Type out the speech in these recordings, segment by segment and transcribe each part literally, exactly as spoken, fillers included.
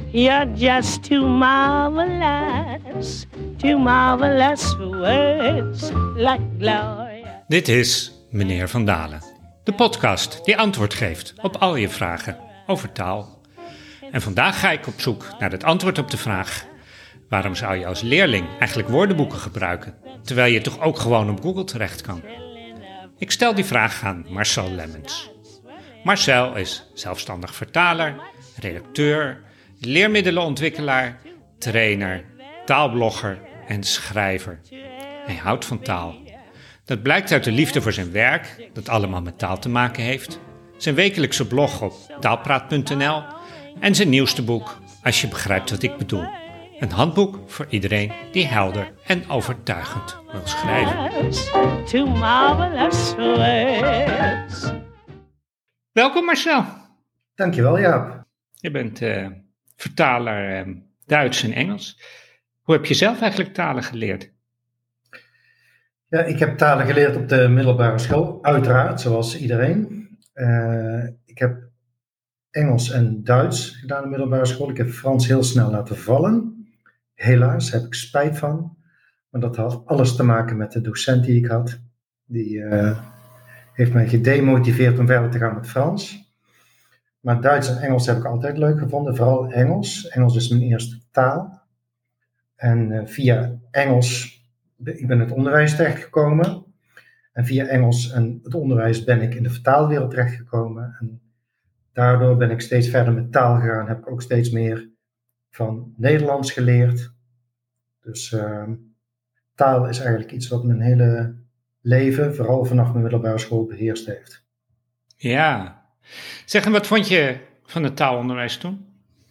You're just too marvelous, too marvelous for words like Gloria. Dit is Meneer Van Dalen, de podcast die antwoord geeft op al je vragen over taal. En vandaag ga ik op zoek naar het antwoord op de vraag: waarom zou je als leerling eigenlijk woordenboeken gebruiken, terwijl je toch ook gewoon op Google terecht kan? Ik stel die vraag aan Marcel Lemmens. Marcel is zelfstandig vertaler, redacteur, leermiddelenontwikkelaar, trainer, taalblogger en schrijver. Hij houdt van taal. Dat blijkt uit de liefde voor zijn werk, dat allemaal met taal te maken heeft, zijn wekelijkse blog op taalpraat punt n l en zijn nieuwste boek, Als je begrijpt wat ik bedoel. Een handboek voor iedereen die helder en overtuigend wil schrijven. Too marvelous for words. Welkom Marcel. Dankjewel Jaap. Je bent uh, vertaler uh, Duits en Engels. Hoe heb je zelf eigenlijk talen geleerd? Ja, ik heb talen geleerd op de middelbare school, uiteraard, zoals iedereen. Uh, ik heb Engels en Duits gedaan op de middelbare school. Ik heb Frans heel snel laten vallen. Helaas, daar heb ik spijt van. Maar dat had alles te maken met de docent die ik had. Die uh, heeft mij gedemotiveerd om verder te gaan met Frans. Maar Duits en Engels heb ik altijd leuk gevonden, vooral Engels. Engels is mijn eerste taal. En uh, via Engels, ik ben in het onderwijs terechtgekomen. En via Engels en het onderwijs ben ik in de vertaalwereld terechtgekomen. En daardoor ben ik steeds verder met taal gegaan. Heb ik ook steeds meer van Nederlands geleerd. Dus uh, taal is eigenlijk iets wat mijn hele leven, vooral vanaf mijn middelbare school, beheerst heeft. Ja. Zeg, en wat vond je van het taalonderwijs toen?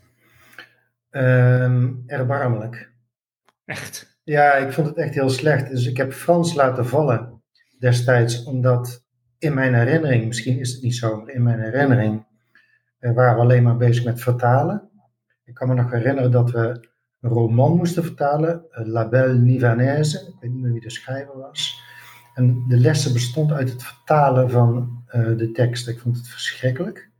Um, erbarmelijk. Echt? Ja, ik vond het echt heel slecht. Dus ik heb Frans laten vallen destijds, omdat in mijn herinnering, misschien is het niet zo, maar in mijn herinnering uh, waren we alleen maar bezig met vertalen. Ik kan me nog herinneren dat we een roman moesten vertalen, uh, La Belle Nivanaise. Ik weet niet meer wie de schrijver was. En de lessen bestond uit het vertalen van uh, de tekst. Ik vond het verschrikkelijk.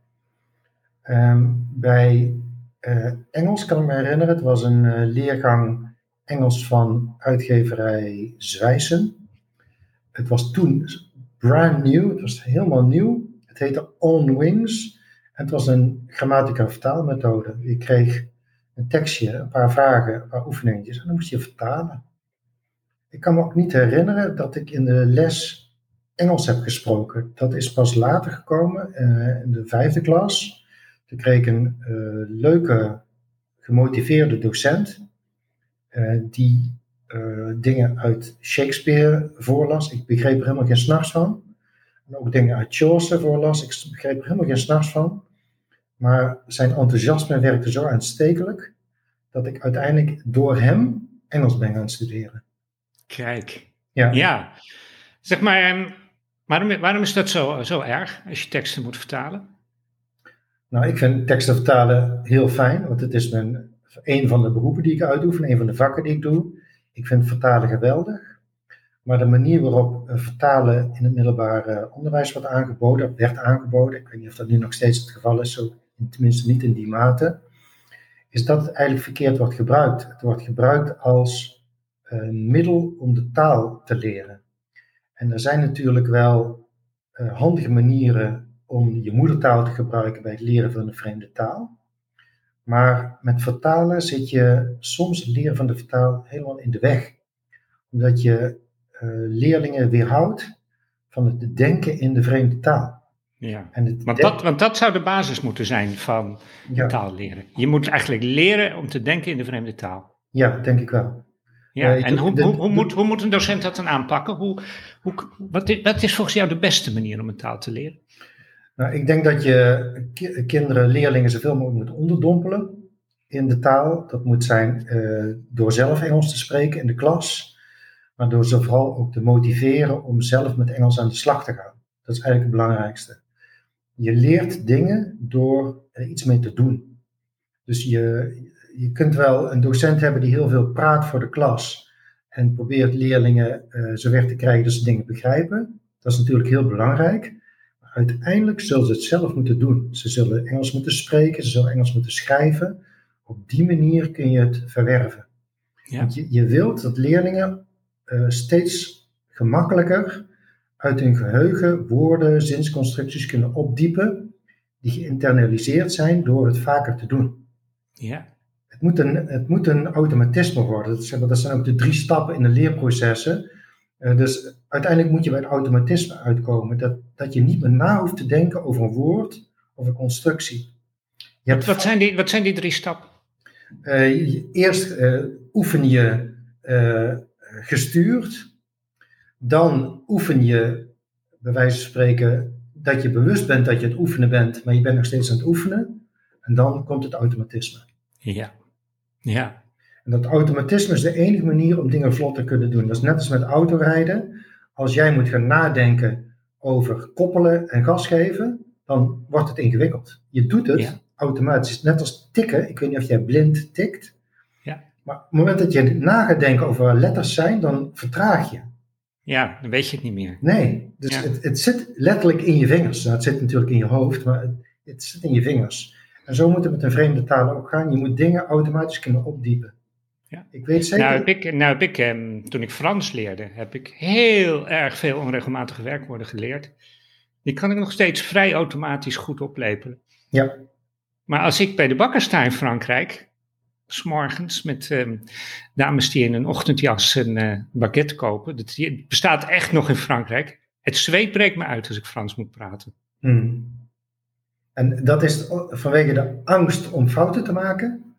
Um, bij uh, Engels kan ik me herinneren, het was een uh, leergang Engels van uitgeverij Zwijsen. Het was toen brand new, het was helemaal nieuw. Het heette On Wings. En het was een grammatica vertaalmethode. Je kreeg een tekstje, een paar vragen, een paar oefeningetjes en dan moest je vertalen. Ik kan me ook niet herinneren dat ik in de les Engels heb gesproken. Dat is pas later gekomen, uh, in de vijfde klas. Toen kreeg ik een uh, leuke, gemotiveerde docent, uh, die uh, dingen uit Shakespeare voorlas. Ik begreep er helemaal geen s'nachts van. En ook dingen uit Chaucer voorlas. Ik begreep er helemaal geen s'nachts van. Maar zijn enthousiasme werkte zo aanstekelijk, dat ik uiteindelijk door hem Engels ben gaan studeren. Kijk, ja. ja. Zeg maar, waarom, waarom is dat zo, zo erg als je teksten moet vertalen? Nou, ik vind teksten vertalen heel fijn, want het is mijn, een van de beroepen die ik uitoefen, een van de vakken die ik doe. Ik vind vertalen geweldig, maar de manier waarop uh, vertalen in het middelbare onderwijs wordt aangeboden, werd aangeboden, ik weet niet of dat nu nog steeds het geval is, zo, tenminste niet in die mate, is dat het eigenlijk verkeerd wordt gebruikt. Het wordt gebruikt als Uh, middel om de taal te leren. En er zijn natuurlijk wel uh, handige manieren om je moedertaal te gebruiken bij het leren van een vreemde taal. Maar met vertalen zit je soms het leren van de vertaal helemaal in de weg. Omdat je uh, leerlingen weerhoudt van het denken in de vreemde taal. Ja, en het want, den- dat, want dat zou de basis moeten zijn van ja. taal leren. Je moet eigenlijk leren om te denken in de vreemde taal. Ja, denk ik wel. Ja, Uh, en hoe, de, hoe, hoe, de, moet, hoe moet een docent dat dan aanpakken? Hoe, hoe, wat, is, wat is volgens jou de beste manier om een taal te leren? Nou, ik denk dat je ki- kinderen, leerlingen zoveel mogelijk moet onderdompelen in de taal. Dat moet zijn uh, door zelf Engels te spreken in de klas, maar door ze vooral ook te motiveren om zelf met Engels aan de slag te gaan. Dat is eigenlijk het belangrijkste. Je leert dingen door er iets mee te doen. Dus je, je kunt wel een docent hebben die heel veel praat voor de klas en probeert leerlingen uh, zover te krijgen dat ze dingen begrijpen. Dat is natuurlijk heel belangrijk. Maar uiteindelijk zullen ze het zelf moeten doen. Ze zullen Engels moeten spreken, ze zullen Engels moeten schrijven op die manier kun je het verwerven. Ja. Want je, je wilt dat leerlingen uh, steeds gemakkelijker uit hun geheugen woorden, zinsconstructies kunnen opdiepen die geïnternaliseerd zijn door het vaker te doen. Ja. Het moet een, het moet een automatisme worden. Dat, zeg maar, dat zijn ook de drie stappen in de leerprocessen. Uh, dus uiteindelijk moet je bij het automatisme uitkomen. Dat, dat je niet meer na hoeft te denken over een woord of een constructie. Je hebt Wat zijn die, wat zijn die drie stappen? Uh, je, eerst uh, oefen je uh, gestuurd. Dan oefen je, bij wijze van spreken, dat je bewust bent dat je het oefenen bent, maar je bent nog steeds aan het oefenen. En dan komt het automatisme. Ja. Ja. En dat automatisme is de enige manier om dingen vlot te kunnen doen. Dat is net als met autorijden. Als jij moet gaan nadenken over koppelen en gas geven, dan wordt het ingewikkeld. Je doet het ja. automatisch. Net als tikken. Ik weet niet of jij blind tikt. Ja. Maar op het moment dat je na gaat denken over waar letters zijn, dan vertraag je. Ja, dan weet je het niet meer. Nee, dus ja. het, het zit letterlijk in je vingers. Nou, het zit natuurlijk in je hoofd, maar het, het zit in je vingers. En zo moet het met een vreemde taal ook gaan. Je moet dingen automatisch kunnen opdiepen. Ja. Ik weet zeker... Nou heb ik, nou heb ik um, toen ik Frans leerde, heb ik heel erg veel onregelmatige werkwoorden geleerd. Die kan ik nog steeds vrij automatisch goed oplepelen. Ja. Maar als ik bij de bakker sta in Frankrijk, 's morgens met um, dames die in een ochtendjas een uh, baguette kopen. Dat die, bestaat echt nog in Frankrijk. Het zweet breekt me uit als ik Frans moet praten. Hmm. En dat is vanwege de angst om fouten te maken?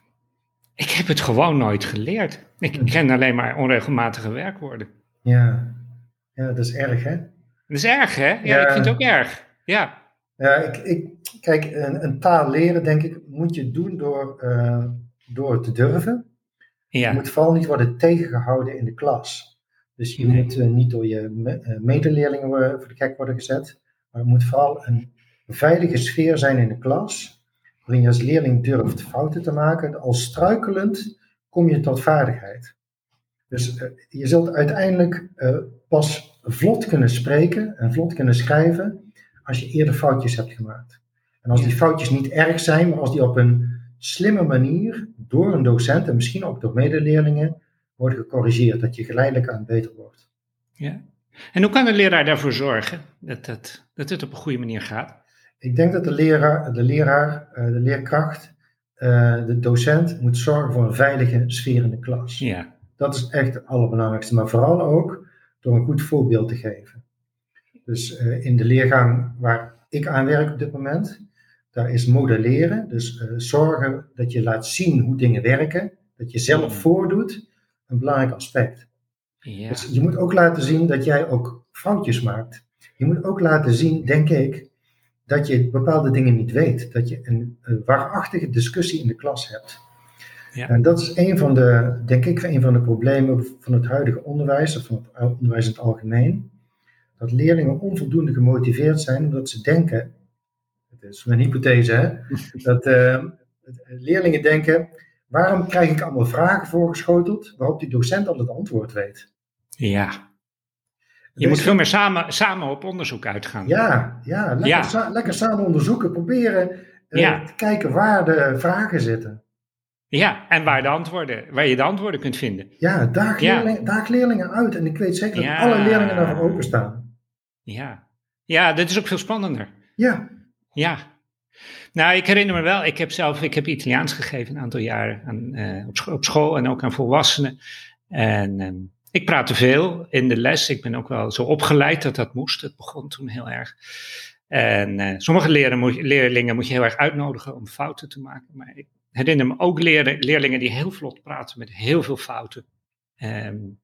Ik heb het gewoon nooit geleerd. Ik hmm. ken alleen maar onregelmatige werkwoorden. Ja, ja, dat is erg, hè? Dat is erg, hè? Ja, ja. Ik vind het ook erg. Ja, ja ik, ik, kijk, een, een taal leren, denk ik, moet je doen door... Uh, door te durven. Ja. Je moet vooral niet worden tegengehouden in de klas. Dus je nee. moet uh, niet door je me- uh, medeleerlingen uh, voor de gek worden gezet. Maar het moet vooral een veilige sfeer zijn in de klas. Waarin je als leerling durft fouten te maken. Al struikelend kom je tot vaardigheid. Dus uh, je zult uiteindelijk uh, pas vlot kunnen spreken en vlot kunnen schrijven als je eerder foutjes hebt gemaakt. En als die foutjes niet erg zijn, maar als die op een slimme manier door een docent en misschien ook door medeleerlingen worden gecorrigeerd, dat je geleidelijk aan beter wordt. Ja. En hoe kan de leraar daarvoor zorgen dat, dat, dat het op een goede manier gaat? Ik denk dat de leraar, de, leraar, de leerkracht, de docent moet zorgen voor een veilige sfeer in de klas. Ja. Dat is echt het allerbelangrijkste, maar vooral ook door een goed voorbeeld te geven. Dus uh, in de leergang waar ik aan werk op dit moment, daar is modelleren, dus uh, zorgen dat je laat zien hoe dingen werken, dat je zelf mm. voordoet, een belangrijk aspect. Ja. Dus je moet ook laten zien dat jij ook foutjes maakt. Je moet ook laten zien, denk ik, dat je bepaalde dingen niet weet. Dat je een, een waarachtige discussie in de klas hebt. Ja. En dat is een van de, denk ik, een van de problemen van het huidige onderwijs, of van het onderwijs in het algemeen. Dat leerlingen onvoldoende gemotiveerd zijn omdat ze denken, het is mijn hypothese, hè, dat uh, leerlingen denken, waarom krijg ik allemaal vragen voorgeschoteld waarop die docent al het antwoord weet? Ja. Je dus, moet veel meer samen, samen op onderzoek uitgaan. Ja, ja, lekker, ja. Sa- lekker samen onderzoeken, proberen uh, ja. te kijken waar de vragen zitten. Ja, en waar, de antwoorden, waar je de antwoorden kunt vinden. Ja, daag, ja. Leerling, daag leerlingen uit. En ik weet zeker dat ja. alle leerlingen daarvoor openstaan. Ja. Ja, dat is ook veel spannender. Ja. Ja. Nou, ik herinner me wel, ik heb zelf ik heb Italiaans gegeven een aantal jaren aan, uh, op, scho- op school en ook aan volwassenen. En um, ik praatte veel in de les. Ik ben ook wel zo opgeleid dat dat moest. Het begon toen heel erg. En uh, sommige leren moet, leerlingen moet je heel erg uitnodigen om fouten te maken. Maar ik herinner me ook leren, leerlingen die heel vlot praten met heel veel fouten. Um,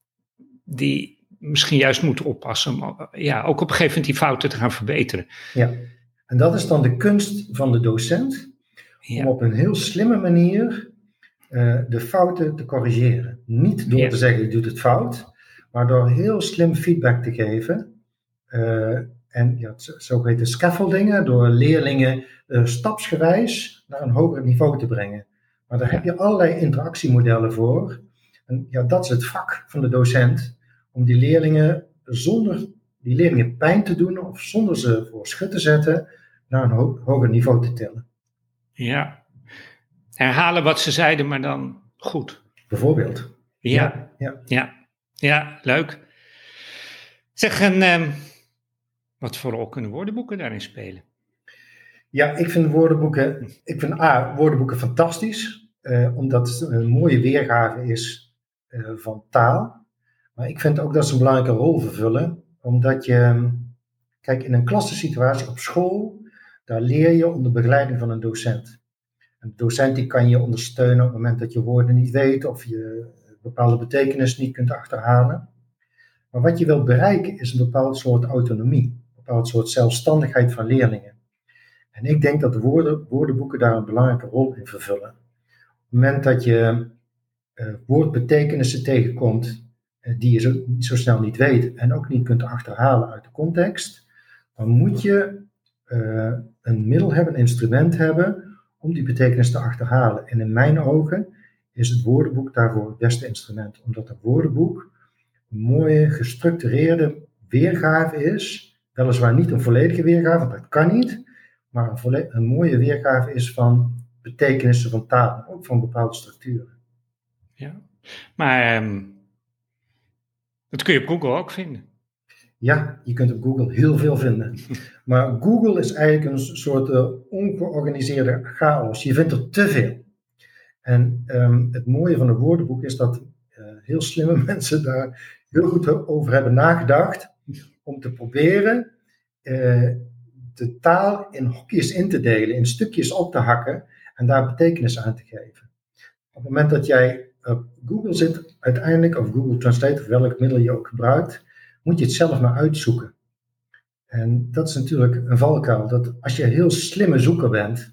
die misschien juist moeten oppassen om ja, ook op een gegeven moment die fouten te gaan verbeteren. Ja, en dat is dan de kunst van de docent. Ja. Om op een heel slimme manier uh, de fouten te corrigeren. Niet door ja. te zeggen je doet het fout, maar door heel slim feedback te geven. Uh, en ja, zogeheten scaffoldingen, door leerlingen uh, stapsgewijs naar een hoger niveau te brengen. Maar daar heb je allerlei interactiemodellen voor. En ja, dat is het vak van de docent. Om die leerlingen zonder die leerlingen pijn te doen of zonder ze voor schut te zetten naar een ho- hoger niveau te tillen. Ja. herhalen wat ze zeiden, maar dan goed. Bijvoorbeeld. Ja, ja, ja, ja leuk. Zeg, en um, wat voor rol kunnen woordenboeken daarin spelen? Ja, ik vind woordenboeken, ik vind A, woordenboeken fantastisch, uh, omdat het een mooie weergave is uh, van taal. Maar ik vind ook dat ze een belangrijke rol vervullen, omdat je, kijk, in een klassensituatie op school, daar leer je onder begeleiding van een docent. Een docent die kan je ondersteunen op het moment dat je woorden niet weet of je bepaalde betekenis niet kunt achterhalen. Maar wat je wilt bereiken is een bepaald soort autonomie, een bepaald soort zelfstandigheid van leerlingen. En ik denk dat de woorden, woordenboeken daar een belangrijke rol in vervullen. Op het moment dat je uh, woordbetekenissen tegenkomt uh, die je zo, zo snel niet weet en ook niet kunt achterhalen uit de context, dan moet je uh, een middel hebben, een instrument hebben om die betekenis te achterhalen. En in mijn ogen is het woordenboek daarvoor het beste instrument, omdat een woordenboek een mooie gestructureerde weergave is, weliswaar niet een volledige weergave, want dat kan niet, maar een, volle- een mooie weergave is van betekenissen van taal, ook van bepaalde structuren. Ja, maar um, dat kun je op Google ook vinden. Ja, je kunt op Google heel veel vinden. Maar Google is eigenlijk een soort uh, ongeorganiseerde chaos. Je vindt er te veel. En um, het mooie van een woordenboek is dat uh, heel slimme mensen daar heel goed over hebben nagedacht om te proberen uh, de taal in hokjes in te delen, in stukjes op te hakken en daar betekenis aan te geven. Op het moment dat jij op Google zit, uiteindelijk, of Google Translate, of welk middel je ook gebruikt, moet je het zelf maar uitzoeken. En dat is natuurlijk een valkuil, dat als je een heel slimme zoeker bent,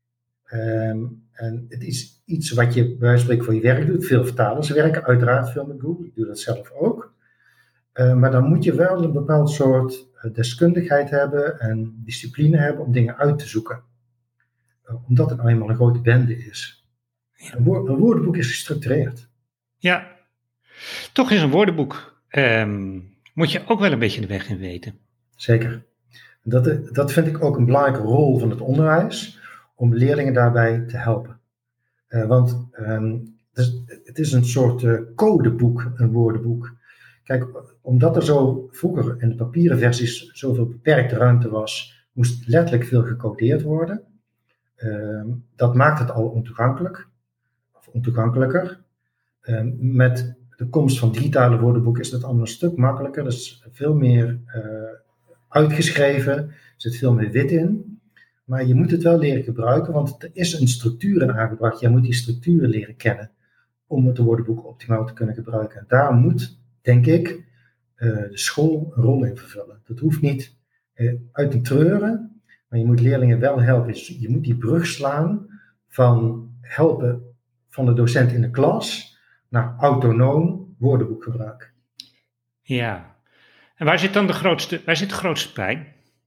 um, en het is iets wat je bij wijze van spreken voor je werk doet, veel vertalers werken uiteraard veel met Google, ik doe dat zelf ook, uh, maar dan moet je wel een bepaald soort deskundigheid hebben en discipline hebben om dingen uit te zoeken. Uh, omdat het nou eenmaal een grote bende is. Een, woord, een woordenboek is gestructureerd. Ja, toch is een woordenboek, um, moet je ook wel een beetje de weg in weten. Zeker. Dat, dat vind ik ook een belangrijke rol van het onderwijs, om leerlingen daarbij te helpen. Uh, want um, het, is, het is een soort uh, codeboek, een woordenboek. Kijk, omdat er zo vroeger in de papieren versies zoveel beperkte ruimte was, moest letterlijk veel gecodeerd worden. Uh, dat maakt het al ontoegankelijk, of ontoegankelijker. Uh, met de komst van digitale woordenboeken is dat allemaal een stuk makkelijker. Er is veel meer uh, uitgeschreven, er zit veel meer wit in. Maar je moet het wel leren gebruiken, want er is een structuur in aangebracht. Jij moet die structuren leren kennen om het woordenboek optimaal te kunnen gebruiken. En daar moet, denk ik, uh, de school een rol in vervullen. Dat hoeft niet uh, uit te treuren, maar je moet leerlingen wel helpen. Dus je moet die brug slaan van helpen van de docent in de klas naar autonoom woordenboekgebruik. Ja, en waar zit dan de grootste, waar zit de grootste pijn?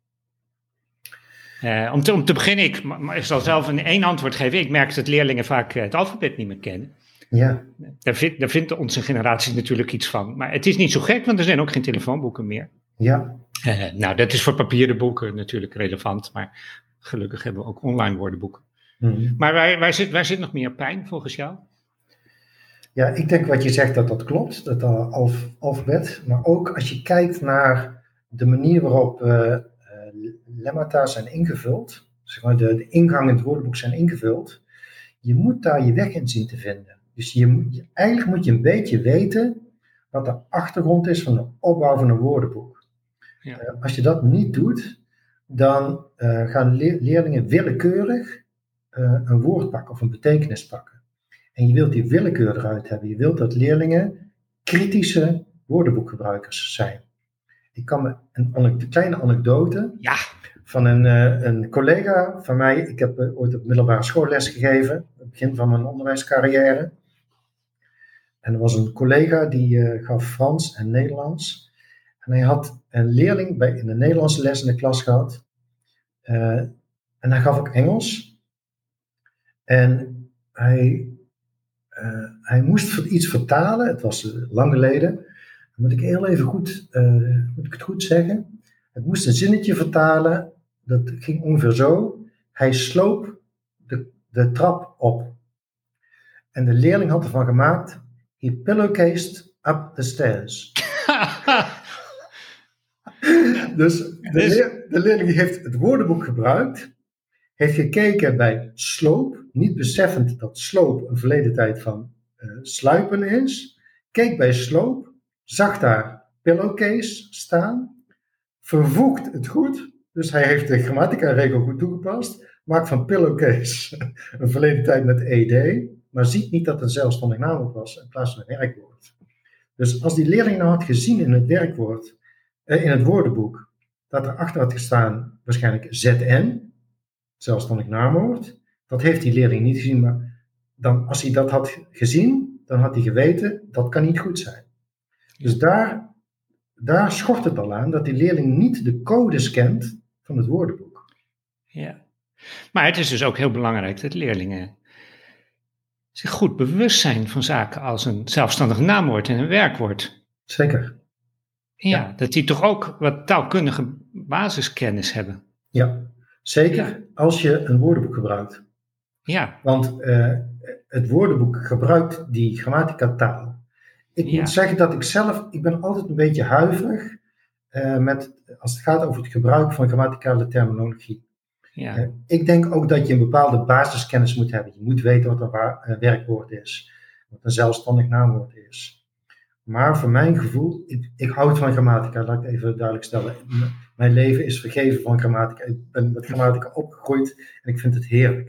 Uh, om, te, om te beginnen, ik, maar ik zal zelf een één antwoord geven. Ik merk dat leerlingen vaak uh, het alfabet niet meer kennen. Ja. Daar, vind, daar vindt onze generatie natuurlijk iets van. Maar het is niet zo gek, want er zijn ook geen telefoonboeken meer. Ja. Uh, nou, dat is voor papieren boeken natuurlijk relevant, maar gelukkig hebben we ook online woordenboeken. Mm-hmm. Maar waar, waar, zit, waar zit nog meer pijn volgens jou? Ja, ik denk wat je zegt dat dat klopt, dat uh, alf, alfabet. Maar ook als je kijkt naar de manier waarop uh, lemmata zijn ingevuld, zeg maar de, de ingang in het woordenboek zijn ingevuld, je moet daar je weg in zien te vinden. Dus je moet, je, eigenlijk moet je een beetje weten wat de achtergrond is van de opbouw van een woordenboek. Ja. Uh, als je dat niet doet, dan uh, gaan le- leerlingen willekeurig uh, een woord pakken of een betekenis pakken. En je wilt die willekeur eruit hebben. Je wilt dat leerlingen kritische woordenboekgebruikers zijn. Ik kan me een, een kleine anekdote ja. van een, uh, een collega van mij. Ik heb uh, ooit op middelbare school les gegeven. Het begin van mijn onderwijscarrière. En er was een collega die uh, gaf Frans en Nederlands. En hij had een leerling bij, in de Nederlandse les in de klas gehad. Uh, en hij gaf ook Engels. En hij, uh, hij moest iets vertalen. Het was uh, lang geleden. Dan moet ik heel even goed, uh, moet ik het goed zeggen. Het moest een zinnetje vertalen. Dat ging ongeveer zo. Hij sloop de, de trap op. En de leerling had ervan gemaakt, he pillowcased up the stairs. Dus de, leer, de leerling die heeft het woordenboek gebruikt, heeft gekeken bij sloop, niet beseffend dat sloop een verleden tijd van uh, sluipen is, keek bij sloop, zag daar pillowcase staan, vervoegt het goed, dus hij heeft de grammatica-regel goed toegepast, maakt van pillowcase een verleden tijd met ed, maar ziet niet dat het een zelfstandig naamwoord was in plaats van een werkwoord. Dus als die leerling nou had gezien in het werkwoord, uh, in het woordenboek, dat er achter had gestaan waarschijnlijk zn, zelfstandig naamwoord, dat heeft die leerling niet gezien, maar dan, als hij dat had gezien, dan had hij geweten, dat kan niet goed zijn. Dus daar, daar schort het al aan dat die leerling niet de codes kent van het woordenboek. Ja, maar het is dus ook heel belangrijk dat leerlingen zich goed bewust zijn van zaken als een zelfstandig naamwoord en een werkwoord. Zeker. Ja, Ja. dat die toch ook wat taalkundige basiskennis hebben. Ja, zeker Ja. als je een woordenboek gebruikt. Ja, Want uh, het woordenboek gebruikt die grammatica taal. Ik Ja. moet zeggen dat ik zelf, ik ben altijd een beetje huiverig uh, met, als het gaat over het gebruik van grammaticale terminologie. ja, Uh, ik denk ook dat je een bepaalde basiskennis moet hebben. Je moet weten wat een wa- uh, werkwoord is, wat een zelfstandig naamwoord is. Maar voor mijn gevoel, ik, ik houd van grammatica, laat ik even duidelijk stellen. M- mijn leven is vergeven van grammatica. Ik ben met grammatica opgegroeid en ik vind het heerlijk.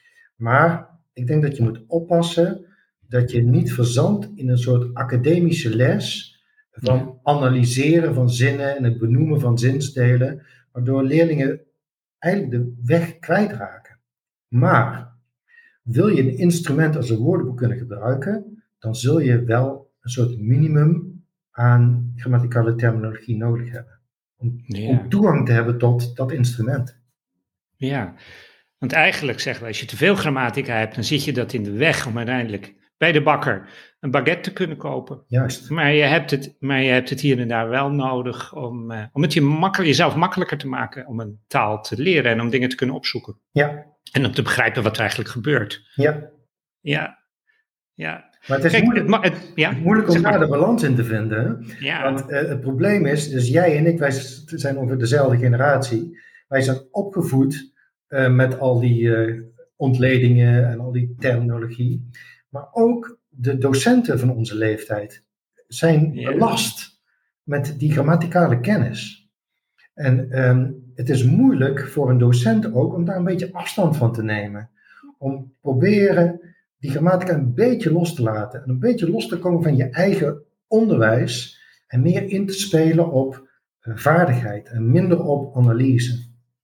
Maar ik denk dat je moet oppassen dat je niet verzandt in een soort academische les van Ja. analyseren van zinnen en het benoemen van zinsdelen, waardoor leerlingen eigenlijk de weg kwijtraken. Maar wil je een instrument als een woordenboek kunnen gebruiken, dan zul je wel een soort minimum aan grammaticale terminologie nodig hebben. Om, Ja. om toegang te hebben tot dat instrument. ja. Want eigenlijk zeggen we, als je te veel grammatica hebt, dan zit je dat in de weg om uiteindelijk bij de bakker een baguette te kunnen kopen. Juist. Maar je hebt het, maar je hebt het hier en daar wel nodig om, uh, om het je makkelijk, jezelf makkelijker te maken om een taal te leren en om dingen te kunnen opzoeken. Ja, En om te begrijpen wat er eigenlijk gebeurt. ja. Ja, ja. Maar het is Kijk, moeilijk, het, ma- het, ja, het is moeilijk om zeg maar. daar de balans in te vinden. Ja, Want uh, het probleem is, dus jij en ik, wij zijn ongeveer dezelfde generatie. Wij zijn opgevoed uh, met al die uh, ontledingen en al die terminologie. Maar ook de docenten van onze leeftijd zijn Ja. belast met die grammaticale kennis. En um, het is moeilijk voor een docent ook om daar een beetje afstand van te nemen. Om proberen die grammatica een beetje los te laten. En een beetje los te komen van je eigen onderwijs. En meer in te spelen op uh, vaardigheid en minder op analyse.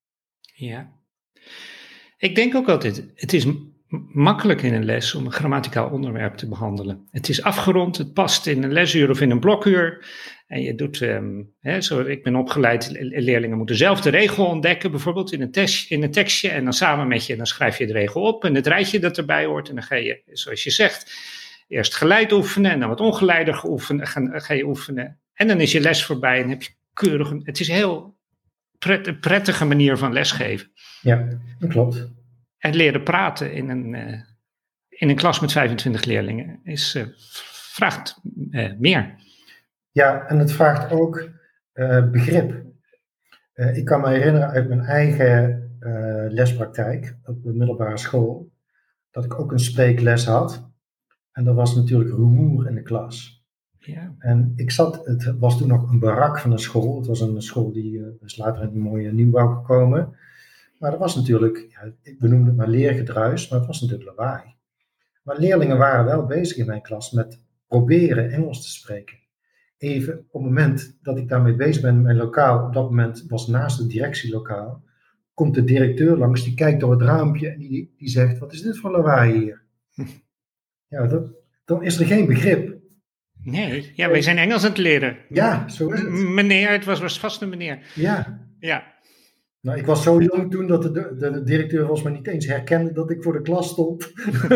ja. Ik denk ook altijd, het is m- makkelijk in een les om een grammaticaal onderwerp te behandelen. Het is afgerond, het past in een lesuur of in een blokuur. En je doet, um, hè, zo, ik ben opgeleid, le- leerlingen moeten zelf de regel ontdekken, bijvoorbeeld in een, test, in een tekstje. En dan samen met je, dan schrijf je de regel op en het rijtje dat erbij hoort. En dan ga je, zoals je zegt, eerst geleid oefenen en dan wat ongeleider oefenen, ga, ga je oefenen. En dan is je les voorbij en heb je keurig, een, het is een heel pret, prettige manier van lesgeven. Ja, dat klopt. En leren praten in een, uh, in een klas met vijfentwintig leerlingen is, uh, vraagt uh, meer. Ja, en het vraagt ook uh, begrip. Uh, ik kan me herinneren uit mijn eigen uh, lespraktijk op de middelbare school, dat ik ook een spreekles had. En er was natuurlijk rumoer in de klas. Ja. En ik zat, het was toen nog een barak van een school. Het was een school die uh, is later in een mooie nieuwbouw gekomen. Maar er was natuurlijk, ja, we noemen het maar leergedruis, maar het was natuurlijk lawaai. Maar leerlingen waren wel bezig in mijn klas met proberen Engels te spreken. Even op het moment dat ik daarmee bezig ben, mijn lokaal, op dat moment was naast het directielokaal, komt de directeur langs, die kijkt door het raampje en die, die zegt, wat is dit voor lawaai hier? Ja, dat, dan is er geen begrip. Nee, ja, wij zijn Engels aan het leren. Ja, zo is het. M- meneer, het was, was vast een meneer. Ja. Ja. Nou, ik was zo jong toen dat de, de, de directeur volgens mij niet eens herkende dat ik voor de klas stond.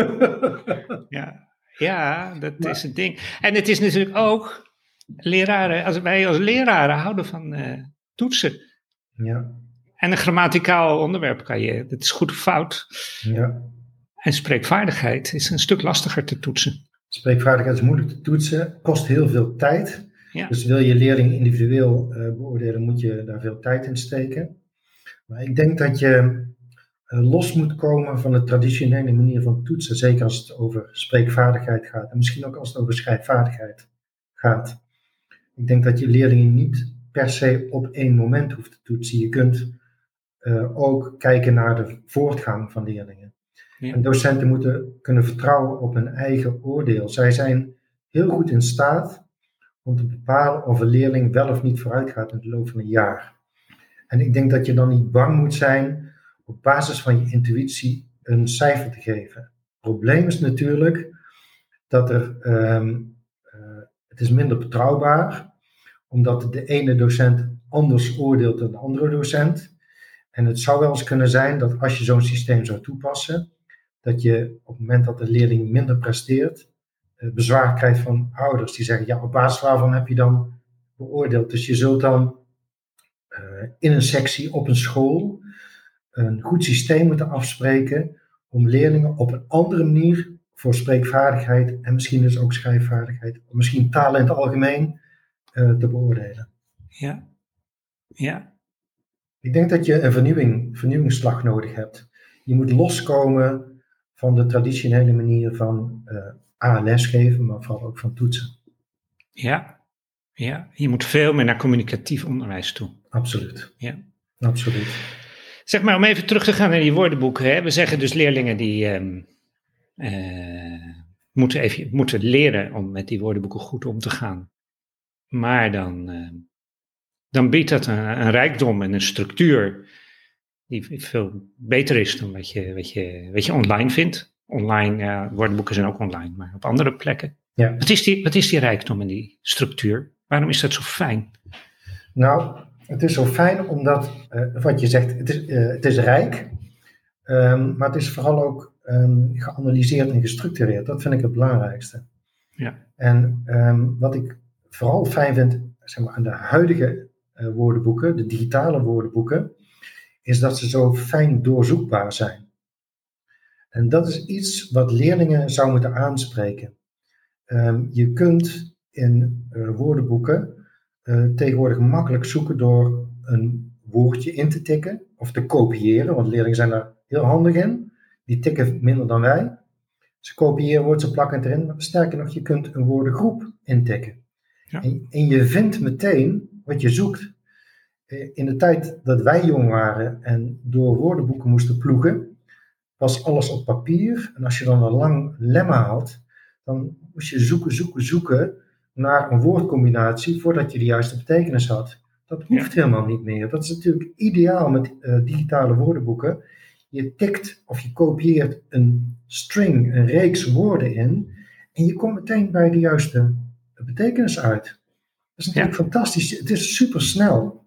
Ja, ja, dat Maar- is het ding. En het is natuurlijk ook, leraren, als wij als leraren houden van uh, toetsen. Ja, En een grammaticaal onderwerp kan je, dat is goed of fout. ja. En spreekvaardigheid is een stuk lastiger te toetsen. Spreekvaardigheid is moeilijk te toetsen, kost heel veel tijd. Ja. Dus wil je leerling individueel uh, beoordelen, moet je daar veel tijd in steken. Maar ik denk dat je uh, los moet komen van de traditionele manier van toetsen. Zeker als het over spreekvaardigheid gaat. En misschien ook als het over schrijfvaardigheid gaat. Ik denk dat je leerlingen niet per se op één moment hoeft te toetsen. Je kunt uh, ook kijken naar de voortgang van leerlingen. Ja. En docenten moeten kunnen vertrouwen op hun eigen oordeel. Zij zijn heel goed in staat om te bepalen of een leerling wel of niet vooruit gaat in de loop van een jaar. En ik denk dat je dan niet bang moet zijn op basis van je intuïtie een cijfer te geven. Het probleem is natuurlijk dat er, um, uh, het is minder betrouwbaar, omdat de ene docent anders oordeelt dan de andere docent. En het zou wel eens kunnen zijn dat als je zo'n systeem zou toepassen, dat je op het moment dat de leerling minder presteert, uh, bezwaar krijgt van ouders die zeggen, ja, op basis waarvan heb je dan beoordeeld? Dus je zult dan uh, in een sectie op een school een goed systeem moeten afspreken om leerlingen op een andere manier voor spreekvaardigheid en misschien dus ook schrijfvaardigheid, of misschien taal in het algemeen, uh, te beoordelen. Ja, ja. Ik denk dat je een vernieuwing, vernieuwingsslag nodig hebt. Je moet loskomen van de traditionele manier van uh, A, lesgeven, maar vooral ook van toetsen. Ja, ja, je moet veel meer naar communicatief onderwijs toe. Absoluut. Ja. Absoluut. Zeg maar, om even terug te gaan naar die woordenboeken. Hè? We zeggen dus leerlingen die um, uh, moeten, even, moeten leren om met die woordenboeken goed om te gaan. Maar dan, uh, dan biedt dat een, een rijkdom en een structuur die veel beter is dan wat je, wat je, wat je online vindt. Online, ja, woordenboeken zijn ook online, maar op andere plekken. Ja. Wat is die, wat is die rijkdom en die structuur? Waarom is dat zo fijn? Nou, het is zo fijn omdat, uh, wat je zegt, het is, uh, het is rijk, um, maar het is vooral ook um, geanalyseerd en gestructureerd. Dat vind ik het belangrijkste. Ja. En um, wat ik vooral fijn vind, zeg maar, aan de huidige uh, woordenboeken, de digitale woordenboeken, is dat ze zo fijn doorzoekbaar zijn. En dat is iets wat leerlingen zou moeten aanspreken. Um, je kunt in uh, woordenboeken uh, tegenwoordig makkelijk zoeken door een woordje in te tikken of te kopiëren, want leerlingen zijn daar heel handig in. Die tikken minder dan wij. Ze kopiëren woord, ze plakken het erin. Maar sterker nog, je kunt een woordengroep intikken. Ja. En, en je vindt meteen wat je zoekt. In de tijd dat wij jong waren en door woordenboeken moesten ploegen, was alles op papier. En als je dan een lang lemma had, dan moest je zoeken, zoeken, zoeken naar een woordcombinatie voordat je de juiste betekenis had. Dat hoeft ja. helemaal niet meer. Dat is natuurlijk ideaal met uh, digitale woordenboeken. Je tikt of je kopieert een string, een reeks woorden in en je komt meteen bij de juiste betekenis uit. Dat is natuurlijk ja. fantastisch. Het is super snel.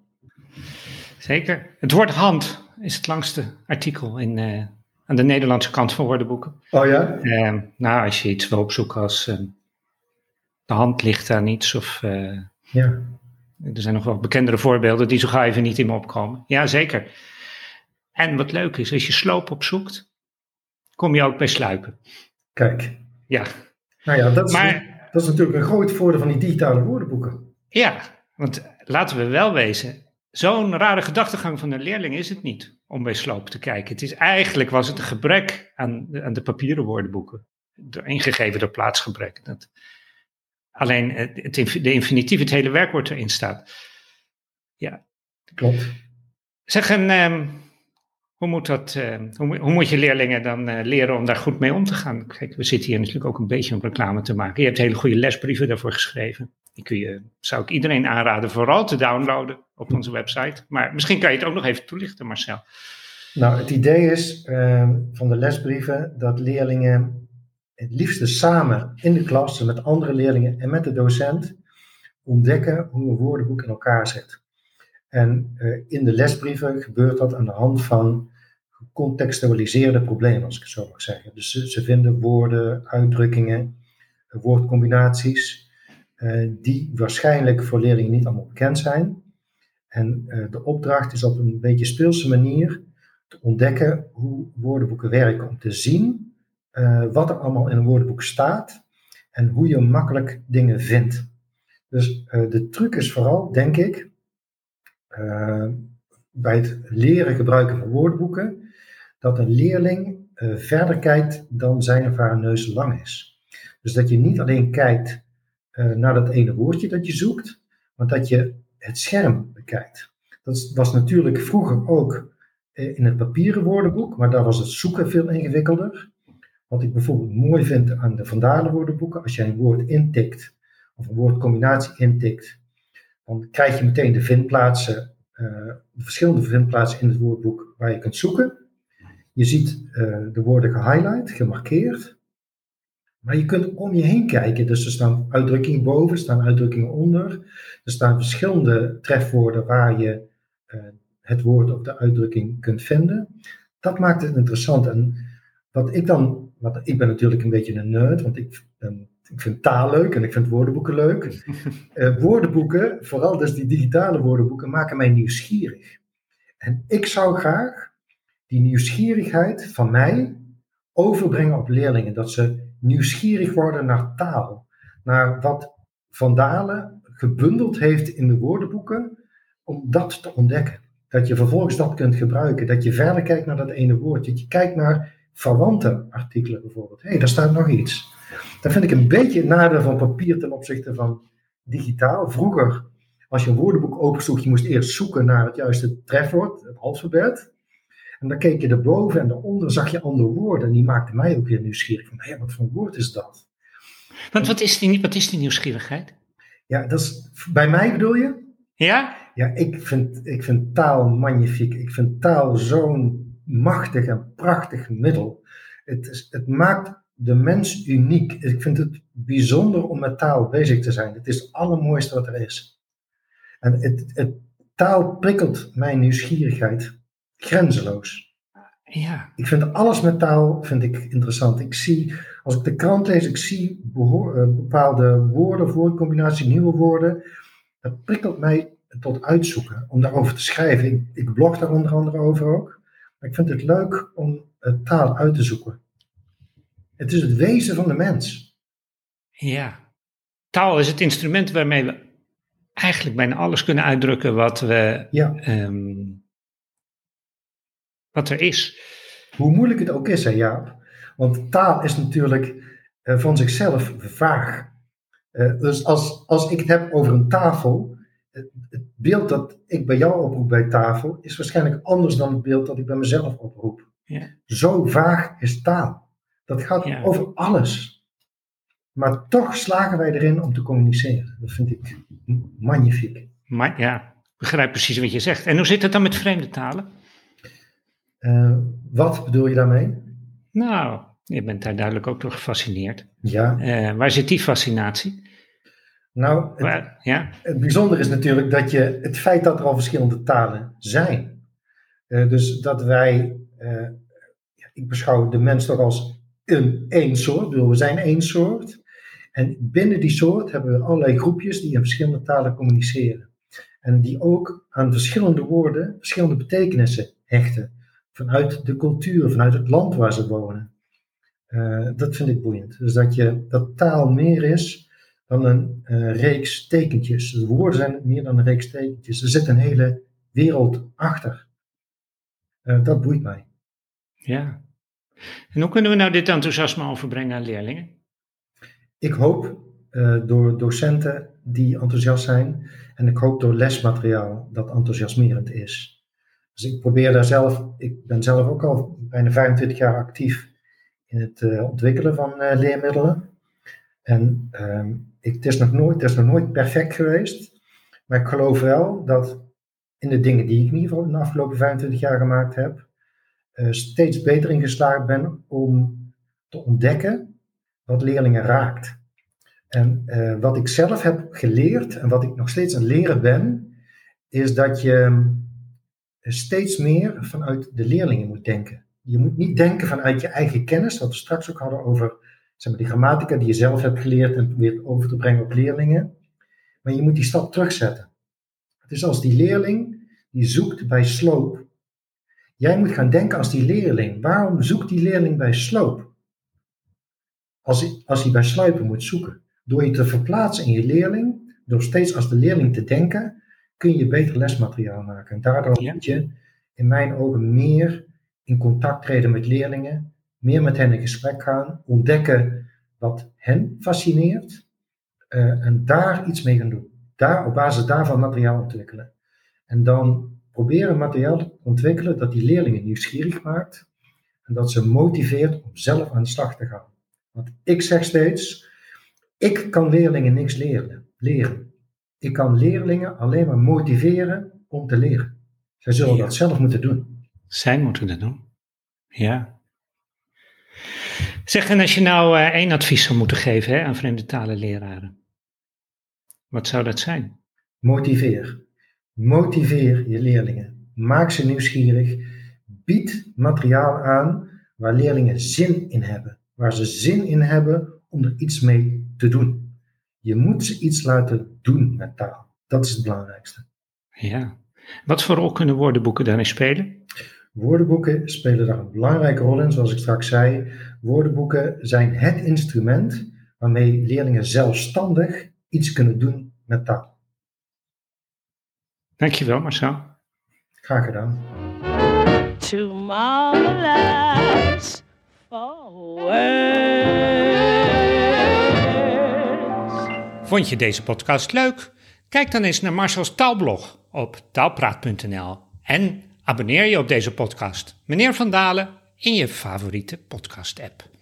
Zeker. Het woord hand is het langste artikel in, uh, aan de Nederlandse kant van woordenboeken. Oh ja? Uh, nou, als je iets wil opzoeken als uh, de hand ligt aan iets of... Uh, ja. Er zijn nog wel bekendere voorbeelden die zo gauw even niet in me opkomen. Ja, zeker. En wat leuk is, als je sloop opzoekt, kom je ook bij sluipen. Kijk. Ja. Nou ja, dat is, maar, dat is natuurlijk een groot voordeel van die digitale woordenboeken. Ja, want laten we wel wezen, zo'n rare gedachtegang van een leerling is het niet om bij sloop te kijken. Het is eigenlijk, was het een gebrek aan, aan de papieren woordenboeken. Ingegeven door plaatsgebrek. Dat, alleen het, de infinitief, het hele werkwoord erin staat. Ja. Klopt. Zeg, en, um, hoe, moet dat, uh, hoe, hoe moet je leerlingen dan uh, leren om daar goed mee om te gaan? Kijk, we zitten hier natuurlijk ook een beetje om reclame te maken. Je hebt hele goede lesbrieven daarvoor geschreven. Die kun je, zou ik iedereen aanraden vooral te downloaden op onze website. Maar misschien kan je het ook nog even toelichten, Marcel. Nou, het idee is uh, van de lesbrieven dat leerlingen het liefste samen in de klas met andere leerlingen en met de docent ontdekken hoe een woordenboek in elkaar zit. En uh, in de lesbrieven gebeurt dat aan de hand van gecontextualiseerde problemen, als ik het zo mag zeggen. Dus ze, ze vinden woorden, uitdrukkingen, woordcombinaties, uh, die waarschijnlijk voor leerlingen niet allemaal bekend zijn. En uh, de opdracht is op een beetje speelse manier te ontdekken hoe woordenboeken werken, om te zien uh, wat er allemaal in een woordenboek staat en hoe je makkelijk dingen vindt. Dus uh, de truc is vooral, denk ik, uh, bij het leren gebruiken van woordenboeken, dat een leerling uh, verder kijkt dan zijn of haar neus lang is. Dus dat je niet alleen kijkt uh, naar dat ene woordje dat je zoekt, maar dat je het scherm bekijkt. Dat was natuurlijk vroeger ook uh, in het papieren woordenboek, maar daar was het zoeken veel ingewikkelder. Wat ik bijvoorbeeld mooi vind aan de Van Dalen woordenboeken, als jij een woord intikt, of een woordcombinatie intikt, dan krijg je meteen de vindplaatsen, uh, de verschillende vindplaatsen in het woordboek waar je kunt zoeken. Je ziet uh, de woorden gehighlight, gemarkeerd. Maar je kunt om je heen kijken. Dus er staan uitdrukkingen boven, er staan uitdrukkingen onder. Er staan verschillende trefwoorden waar je uh, het woord of de uitdrukking kunt vinden. Dat maakt het interessant. En wat ik dan, want ik ben natuurlijk een beetje een nerd, want ik, um, ik vind taal leuk en ik vind woordenboeken leuk. Uh, woordenboeken, vooral dus die digitale woordenboeken, maken mij nieuwsgierig. En ik zou graag die nieuwsgierigheid van mij overbrengen op leerlingen. Dat ze nieuwsgierig worden naar taal. Naar wat Van Dalen gebundeld heeft in de woordenboeken. Om dat te ontdekken. Dat je vervolgens dat kunt gebruiken. Dat je verder kijkt naar dat ene woord. Dat je kijkt naar verwante artikelen bijvoorbeeld. Hé, hey, daar staat nog iets. Dat vind ik een beetje het nadeel van papier ten opzichte van digitaal. Vroeger, als je een woordenboek opensloeg, je moest eerst zoeken naar het juiste trefwoord, het alfabet. En dan keek je erboven en daaronder zag je andere woorden. En die maakten mij ook weer nieuwsgierig. Van, hé, wat voor een woord is dat? Want wat is die, wat is die nieuwsgierigheid? Ja, dat is, bij mij bedoel je? Ja? Ja, ik vind, ik vind taal magnifiek. Ik vind taal zo'n machtig en prachtig middel. Het, is, het maakt de mens uniek. Ik vind het bijzonder om met taal bezig te zijn. Het is het allermooiste wat er is. En het, het, taal prikkelt mijn nieuwsgierigheid. Grenzeloos. Ja. Ik vind alles met taal vind ik interessant. Ik zie, als ik de krant lees, ik zie behoor, uh, bepaalde woorden, woordcombinaties, nieuwe woorden. Dat prikkelt mij tot uitzoeken, om daarover te schrijven. Ik, ik blog daar onder andere over ook. Maar ik vind het leuk om uh, taal uit te zoeken. Het is het wezen van de mens. Ja. Taal is het instrument waarmee we eigenlijk bijna alles kunnen uitdrukken wat we... Ja. Um, wat er is. Hoe moeilijk het ook is, hè Jaap. Want taal is natuurlijk uh, van zichzelf vaag. Uh, dus als, als ik het heb over een tafel, het, het beeld dat ik bij jou oproep bij tafel, is waarschijnlijk anders dan het beeld dat ik bij mezelf oproep. Ja. Zo vaag is taal. Dat gaat ja. over alles. Maar toch slagen wij erin om te communiceren. Dat vind ik magnifiek. Maar ja, ik begrijp precies wat je zegt. En hoe zit het dan met vreemde talen? Uh, wat bedoel je daarmee? Nou, je bent daar duidelijk ook door gefascineerd. Ja. Uh, waar zit die fascinatie? Nou, het, waar, ja? het bijzondere is natuurlijk dat je het feit dat er al verschillende talen zijn. Uh, dus dat wij, uh, ik beschouw de mens toch als een één soort. Ik bedoel, we zijn één soort. En binnen die soort hebben we allerlei groepjes die in verschillende talen communiceren. En die ook aan verschillende woorden verschillende betekenissen hechten. Vanuit de cultuur, vanuit het land waar ze wonen. Uh, dat vind ik boeiend. Dus dat, je, dat taal meer is dan een uh, reeks tekentjes. De woorden zijn meer dan een reeks tekentjes. Er zit een hele wereld achter. Uh, dat boeit mij. Ja. En hoe kunnen we nou dit enthousiasme overbrengen aan leerlingen? Ik hoop uh, door docenten die enthousiast zijn. En ik hoop door lesmateriaal dat enthousiasmerend is. Dus ik probeer daar zelf, ik ben zelf ook al bijna vijfentwintig jaar actief in het uh, ontwikkelen van uh, leermiddelen. En um, ik, het, is nog nooit, het is nog nooit perfect geweest, maar ik geloof wel dat in de dingen die ik in ieder geval in de afgelopen vijfentwintig jaar gemaakt heb, uh, steeds beter in geslaagd ben om te ontdekken wat leerlingen raakt. En uh, wat ik zelf heb geleerd en wat ik nog steeds aan het leren ben, is dat je steeds meer vanuit de leerlingen moet denken. Je moet niet denken vanuit je eigen kennis, wat we straks ook hadden over zeg maar, die grammatica die je zelf hebt geleerd en probeert over te brengen op leerlingen. Maar je moet die stap terugzetten. Het is als die leerling die zoekt bij sloop. Jij moet gaan denken als die leerling. Waarom zoekt die leerling bij sloop? als hij, als hij bij sluipen moet zoeken. Door je te verplaatsen in je leerling, door steeds als de leerling te denken, kun je beter lesmateriaal maken. En daardoor Ja. moet je in mijn ogen meer in contact treden met leerlingen, meer met hen in gesprek gaan, ontdekken wat hen fascineert uh, en daar iets mee gaan doen. Daar, op basis daarvan materiaal ontwikkelen. En dan proberen materiaal te ontwikkelen dat die leerlingen nieuwsgierig maakt en dat ze motiveert om zelf aan de slag te gaan. Want ik zeg steeds, ik kan leerlingen niks leren. leren. Ik kan leerlingen alleen maar motiveren om te leren. Zij zullen Ja. dat zelf moeten doen. Zij moeten dat doen. Ja. Zeg, en als je nou uh, één advies zou moeten geven hè, aan vreemde talenleraren, wat zou dat zijn? Motiveer. Motiveer je leerlingen. Maak ze nieuwsgierig. Bied materiaal aan waar leerlingen zin in hebben. Waar ze zin in hebben om er iets mee te doen. Je moet ze iets laten doen met taal. Dat is het belangrijkste. Ja. Wat voor rol kunnen woordenboeken daarin spelen? Woordenboeken spelen daar een belangrijke rol in, zoals ik straks zei. Woordenboeken zijn het instrument waarmee leerlingen zelfstandig iets kunnen doen met taal. Dankjewel, Marcel. Graag gedaan. Too marvelous for words. Vond je deze podcast leuk? Kijk dan eens naar Marcels taalblog op taalpraat punt n l en abonneer je op deze podcast. Meneer Van Dalen in je favoriete podcast-app.